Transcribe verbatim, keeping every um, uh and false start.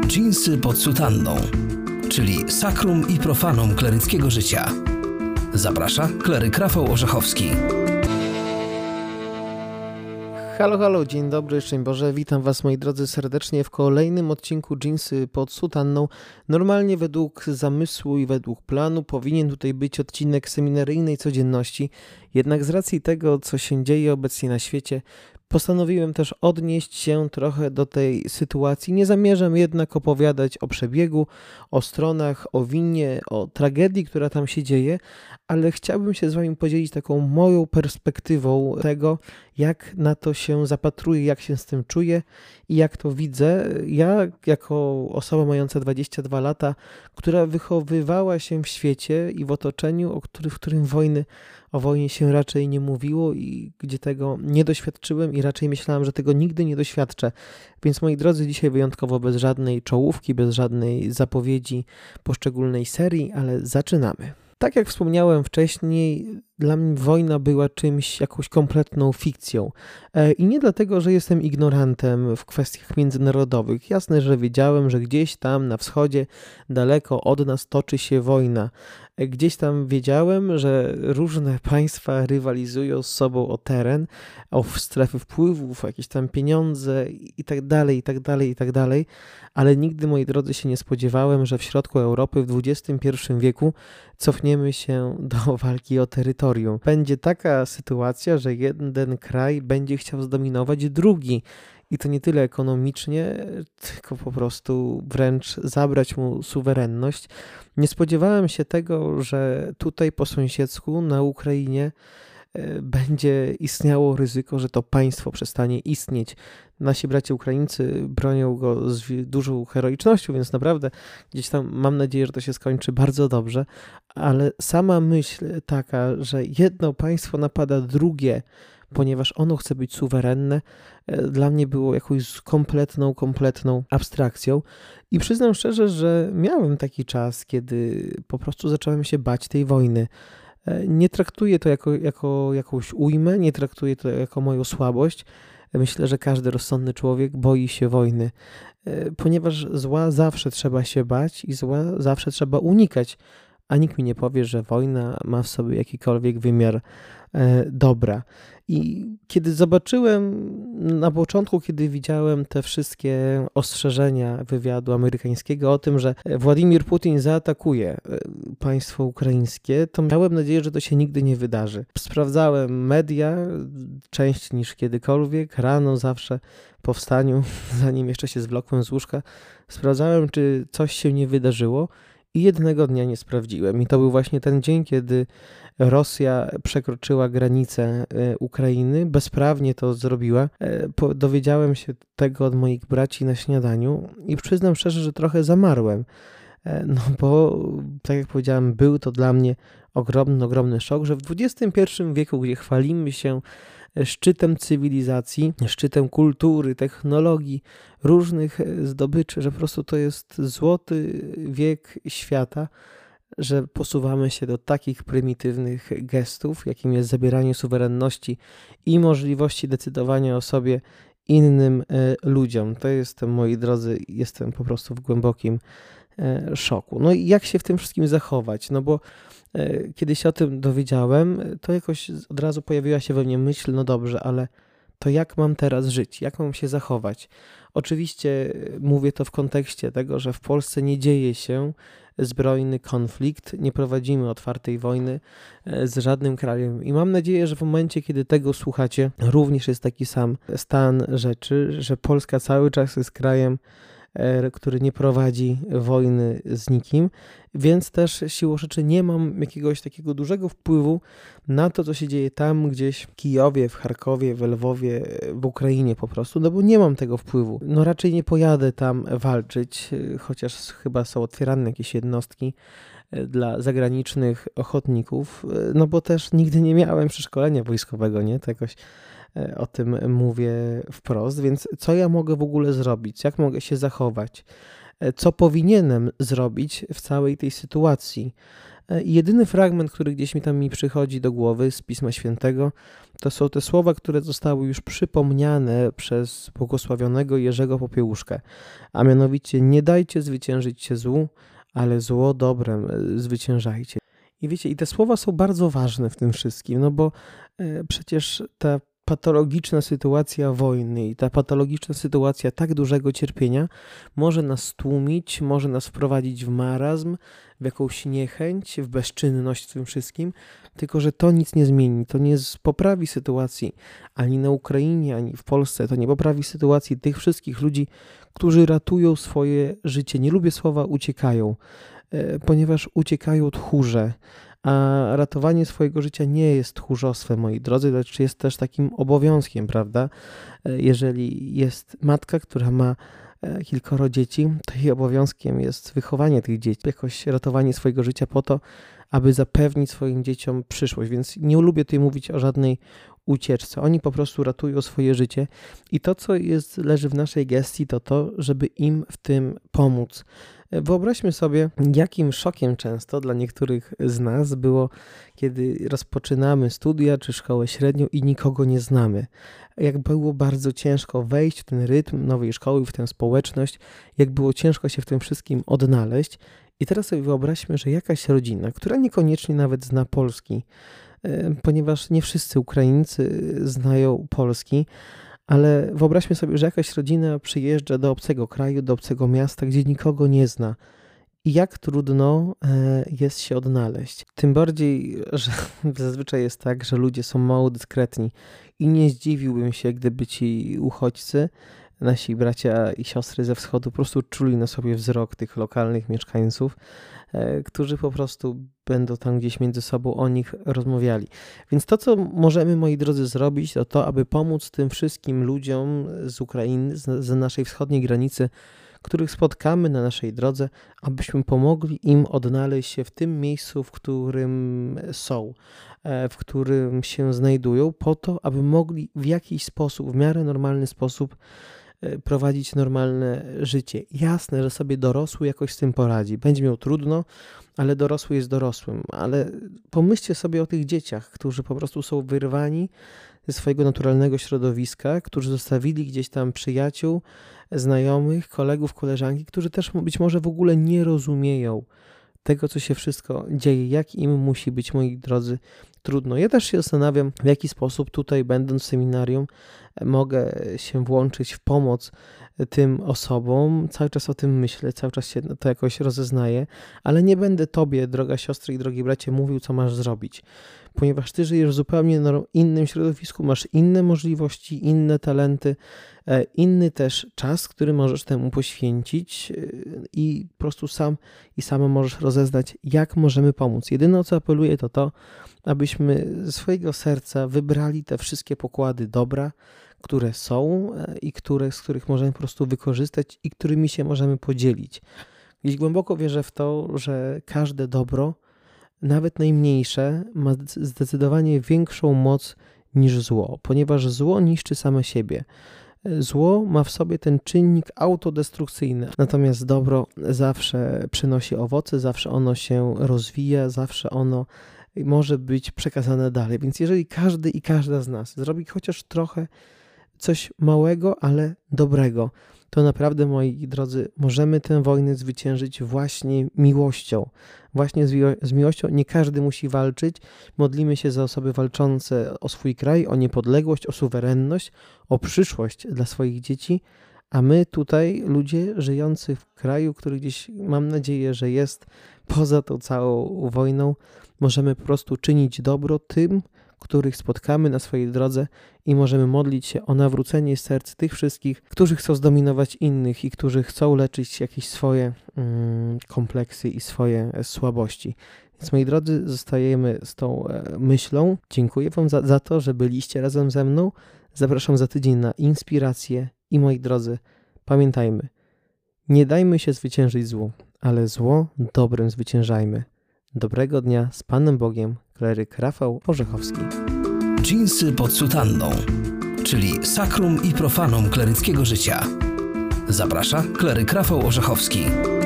Dżinsy pod sutanną, czyli sakrum i profanum kleryckiego życia. Zaprasza kleryk Rafał Orzechowski. Halo, halo, dzień dobry, szczęść Boże, witam Was moi drodzy serdecznie w kolejnym odcinku Dżinsy pod sutanną. Normalnie według zamysłu i według planu powinien tutaj być odcinek seminaryjnej codzienności, jednak z racji tego, co się dzieje obecnie na świecie, postanowiłem też odnieść się trochę do tej sytuacji. Nie zamierzam jednak opowiadać o przebiegu, o stronach, o winie, o tragedii, która tam się dzieje, ale chciałbym się z Wami podzielić taką moją perspektywą tego, jak na to się zapatruję, jak się z tym czuję i jak to widzę. Ja jako osoba mająca dwadzieścia dwa lata, która wychowywała się w świecie i w otoczeniu, o który, w którym wojny, o wojnie się raczej nie mówiło i gdzie tego nie doświadczyłem i raczej myślałem, że tego nigdy nie doświadczę. Więc moi drodzy, dzisiaj wyjątkowo bez żadnej czołówki, bez żadnej zapowiedzi poszczególnej serii, ale zaczynamy. Tak jak wspomniałem wcześniej, dla mnie wojna była czymś, jakąś kompletną fikcją. I nie dlatego, że jestem ignorantem w kwestiach międzynarodowych. Jasne, że wiedziałem, że gdzieś tam na wschodzie, daleko od nas toczy się wojna. Gdzieś tam wiedziałem, że różne państwa rywalizują z sobą o teren, o strefy wpływów, o jakieś tam pieniądze i tak dalej, i tak dalej, i tak dalej. Ale nigdy, moi drodzy, się nie spodziewałem, że w środku Europy w dwudziestym pierwszym wieku cofniemy się do walki o terytorium. Będzie taka sytuacja, że jeden kraj będzie chciał zdominować drugi. I to nie tyle ekonomicznie, tylko po prostu wręcz zabrać mu suwerenność. Nie spodziewałem się tego, że tutaj po sąsiedzku na Ukrainie będzie istniało ryzyko, że to państwo przestanie istnieć. Nasi bracia Ukraińcy bronią go z dużą heroicznością, więc naprawdę gdzieś tam mam nadzieję, że to się skończy bardzo dobrze, ale sama myśl taka, że jedno państwo napada drugie, ponieważ ono chce być suwerenne, dla mnie było jakąś kompletną, kompletną abstrakcją. I przyznam szczerze, że miałem taki czas, kiedy po prostu zacząłem się bać tej wojny. Nie traktuję to jako, jako jakąś ujmę, nie traktuję to jako moją słabość. Myślę, że każdy rozsądny człowiek boi się wojny, ponieważ zła zawsze trzeba się bać i zła zawsze trzeba unikać, a nikt mi nie powie, że wojna ma w sobie jakikolwiek wymiar e, dobra. I kiedy zobaczyłem na początku, kiedy widziałem te wszystkie ostrzeżenia wywiadu amerykańskiego o tym, że Władimir Putin zaatakuje państwo ukraińskie, to miałem nadzieję, że to się nigdy nie wydarzy. Sprawdzałem media częściej niż kiedykolwiek, rano zawsze po wstaniu, zanim jeszcze się zwlokłem z łóżka, sprawdzałem, czy coś się nie wydarzyło. I jednego dnia nie sprawdziłem. I to był właśnie ten dzień, kiedy Rosja przekroczyła granicę Ukrainy, bezprawnie to zrobiła. Dowiedziałem się tego od moich braci na śniadaniu i przyznam szczerze, że trochę zamarłem. No bo, tak jak powiedziałem, był to dla mnie ogromny, ogromny szok, że w dwudziestym pierwszym wieku, gdzie chwalimy się szczytem cywilizacji, szczytem kultury, technologii, różnych zdobyczy, że po prostu to jest złoty wiek świata, że posuwamy się do takich prymitywnych gestów, jakim jest zabieranie suwerenności i możliwości decydowania o sobie innym ludziom. To jest, moi drodzy, jestem po prostu w głębokim szoku. No i jak się w tym wszystkim zachować? No bo kiedy się o tym dowiedziałem, to jakoś od razu pojawiła się we mnie myśl, no dobrze, ale to jak mam teraz żyć? Jak mam się zachować? Oczywiście mówię to w kontekście tego, że w Polsce nie dzieje się zbrojny konflikt, nie prowadzimy otwartej wojny z żadnym krajem i mam nadzieję, że w momencie, kiedy tego słuchacie, również jest taki sam stan rzeczy, że Polska cały czas jest krajem, który nie prowadzi wojny z nikim, więc też siłą rzeczy nie mam jakiegoś takiego dużego wpływu na to, co się dzieje tam gdzieś w Kijowie, w Charkowie, w Lwowie, w Ukrainie po prostu, no bo nie mam tego wpływu. No raczej nie pojadę tam walczyć, chociaż chyba są otwierane jakieś jednostki dla zagranicznych ochotników, no bo też nigdy nie miałem przeszkolenia wojskowego, nie? To jakoś o tym mówię wprost, więc co ja mogę w ogóle zrobić? Jak mogę się zachować? Co powinienem zrobić w całej tej sytuacji? I jedyny fragment, który gdzieś mi tam mi przychodzi do głowy z Pisma Świętego, to są te słowa, które zostały już przypomniane przez błogosławionego Jerzego Popiełuszkę, a mianowicie nie dajcie zwyciężyć się złu, ale zło dobrem zwyciężajcie. I wiecie, i te słowa są bardzo ważne w tym wszystkim, no bo e, przecież ta patologiczna sytuacja wojny i ta patologiczna sytuacja tak dużego cierpienia może nas stłumić, może nas wprowadzić w marazm, w jakąś niechęć, w bezczynność w tym wszystkim, tylko że to nic nie zmieni, to nie poprawi sytuacji ani na Ukrainie, ani w Polsce, to nie poprawi sytuacji tych wszystkich ludzi, którzy ratują swoje życie. Nie lubię słowa uciekają, ponieważ uciekają tchórze, a ratowanie swojego życia nie jest tchórzostwem, moi drodzy, lecz jest też takim obowiązkiem, prawda? Jeżeli jest matka, która ma kilkoro dzieci, to jej obowiązkiem jest wychowanie tych dzieci, jakoś ratowanie swojego życia po to, aby zapewnić swoim dzieciom przyszłość, więc nie lubię tutaj mówić o żadnej ucieczce. Oni po prostu ratują swoje życie i to, co jest, leży w naszej gestii, to to, żeby im w tym pomóc. Wyobraźmy sobie, jakim szokiem często dla niektórych z nas było, kiedy rozpoczynamy studia czy szkołę średnią i nikogo nie znamy. Jak było bardzo ciężko wejść w ten rytm nowej szkoły, w tę społeczność, jak było ciężko się w tym wszystkim odnaleźć. I teraz sobie wyobraźmy, że jakaś rodzina, która niekoniecznie nawet zna polski, ponieważ nie wszyscy Ukraińcy znają polski, ale wyobraźmy sobie, że jakaś rodzina przyjeżdża do obcego kraju, do obcego miasta, gdzie nikogo nie zna. I jak trudno jest się odnaleźć. Tym bardziej, że zazwyczaj jest tak, że ludzie są mało dyskretni. I nie zdziwiłbym się, gdyby ci uchodźcy, nasi bracia i siostry ze wschodu po prostu czuli na sobie wzrok tych lokalnych mieszkańców, którzy po prostu będą tam gdzieś między sobą o nich rozmawiali. Więc to, co możemy, moi drodzy, zrobić, to to, aby pomóc tym wszystkim ludziom z Ukrainy, z, z naszej wschodniej granicy, których spotkamy na naszej drodze, abyśmy pomogli im odnaleźć się w tym miejscu, w którym są, w którym się znajdują, po to, aby mogli w jakiś sposób, w miarę normalny sposób prowadzić normalne życie. Jasne, że sobie dorosły jakoś z tym poradzi. Będzie miał trudno, ale dorosły jest dorosłym. Ale pomyślcie sobie o tych dzieciach, którzy po prostu są wyrwani ze swojego naturalnego środowiska, którzy zostawili gdzieś tam przyjaciół, znajomych, kolegów, koleżanki, którzy też być może w ogóle nie rozumieją tego, co się wszystko dzieje, jak im musi być, moi drodzy, trudno. Ja też się zastanawiam, w jaki sposób tutaj, będąc w seminarium, mogę się włączyć w pomoc tym osobom. Cały czas o tym myślę, cały czas się to jakoś rozeznaję, ale nie będę tobie, droga siostry i drogi bracie, mówił, co masz zrobić, ponieważ ty żyjesz w zupełnie innym środowisku, masz inne możliwości, inne talenty, inny też czas, który możesz temu poświęcić i po prostu sam i sama możesz rozeznać, jak możemy pomóc. Jedyne, o co apeluję, to to, abyśmy ze swojego serca wybrali te wszystkie pokłady dobra, które są i które, z których możemy po prostu wykorzystać i którymi się możemy podzielić. Gdzieś głęboko wierzę w to, że każde dobro, nawet najmniejsze, ma zdecydowanie większą moc niż zło, ponieważ zło niszczy same siebie. Zło ma w sobie ten czynnik autodestrukcyjny, natomiast dobro zawsze przynosi owoce, zawsze ono się rozwija, zawsze ono może być przekazane dalej. Więc jeżeli każdy i każda z nas zrobi chociaż trochę coś małego, ale dobrego, to naprawdę, moi drodzy, możemy tę wojnę zwyciężyć właśnie miłością. Właśnie z, miło- z miłością nie każdy musi walczyć. Modlimy się za osoby walczące o swój kraj, o niepodległość, o suwerenność, o przyszłość dla swoich dzieci, a my tutaj, ludzie żyjący w kraju, który gdzieś, mam nadzieję, że jest poza tą całą wojną, możemy po prostu czynić dobro tym, których spotkamy na swojej drodze i możemy modlić się o nawrócenie serc tych wszystkich, którzy chcą zdominować innych i którzy chcą leczyć jakieś swoje mm, kompleksy i swoje słabości. Więc, moi drodzy, zostajemy z tą e, myślą. Dziękuję wam za, za to, że byliście razem ze mną. Zapraszam za tydzień na inspirację i, moi drodzy, pamiętajmy, nie dajmy się zwyciężyć złu, ale zło dobrem zwyciężajmy. Dobrego dnia z Panem Bogiem, kleryk Rafał Orzechowski. Dżinsy pod sutanną, czyli sakrum i profanum kleryckiego życia. Zaprasza kleryk Rafał Orzechowski.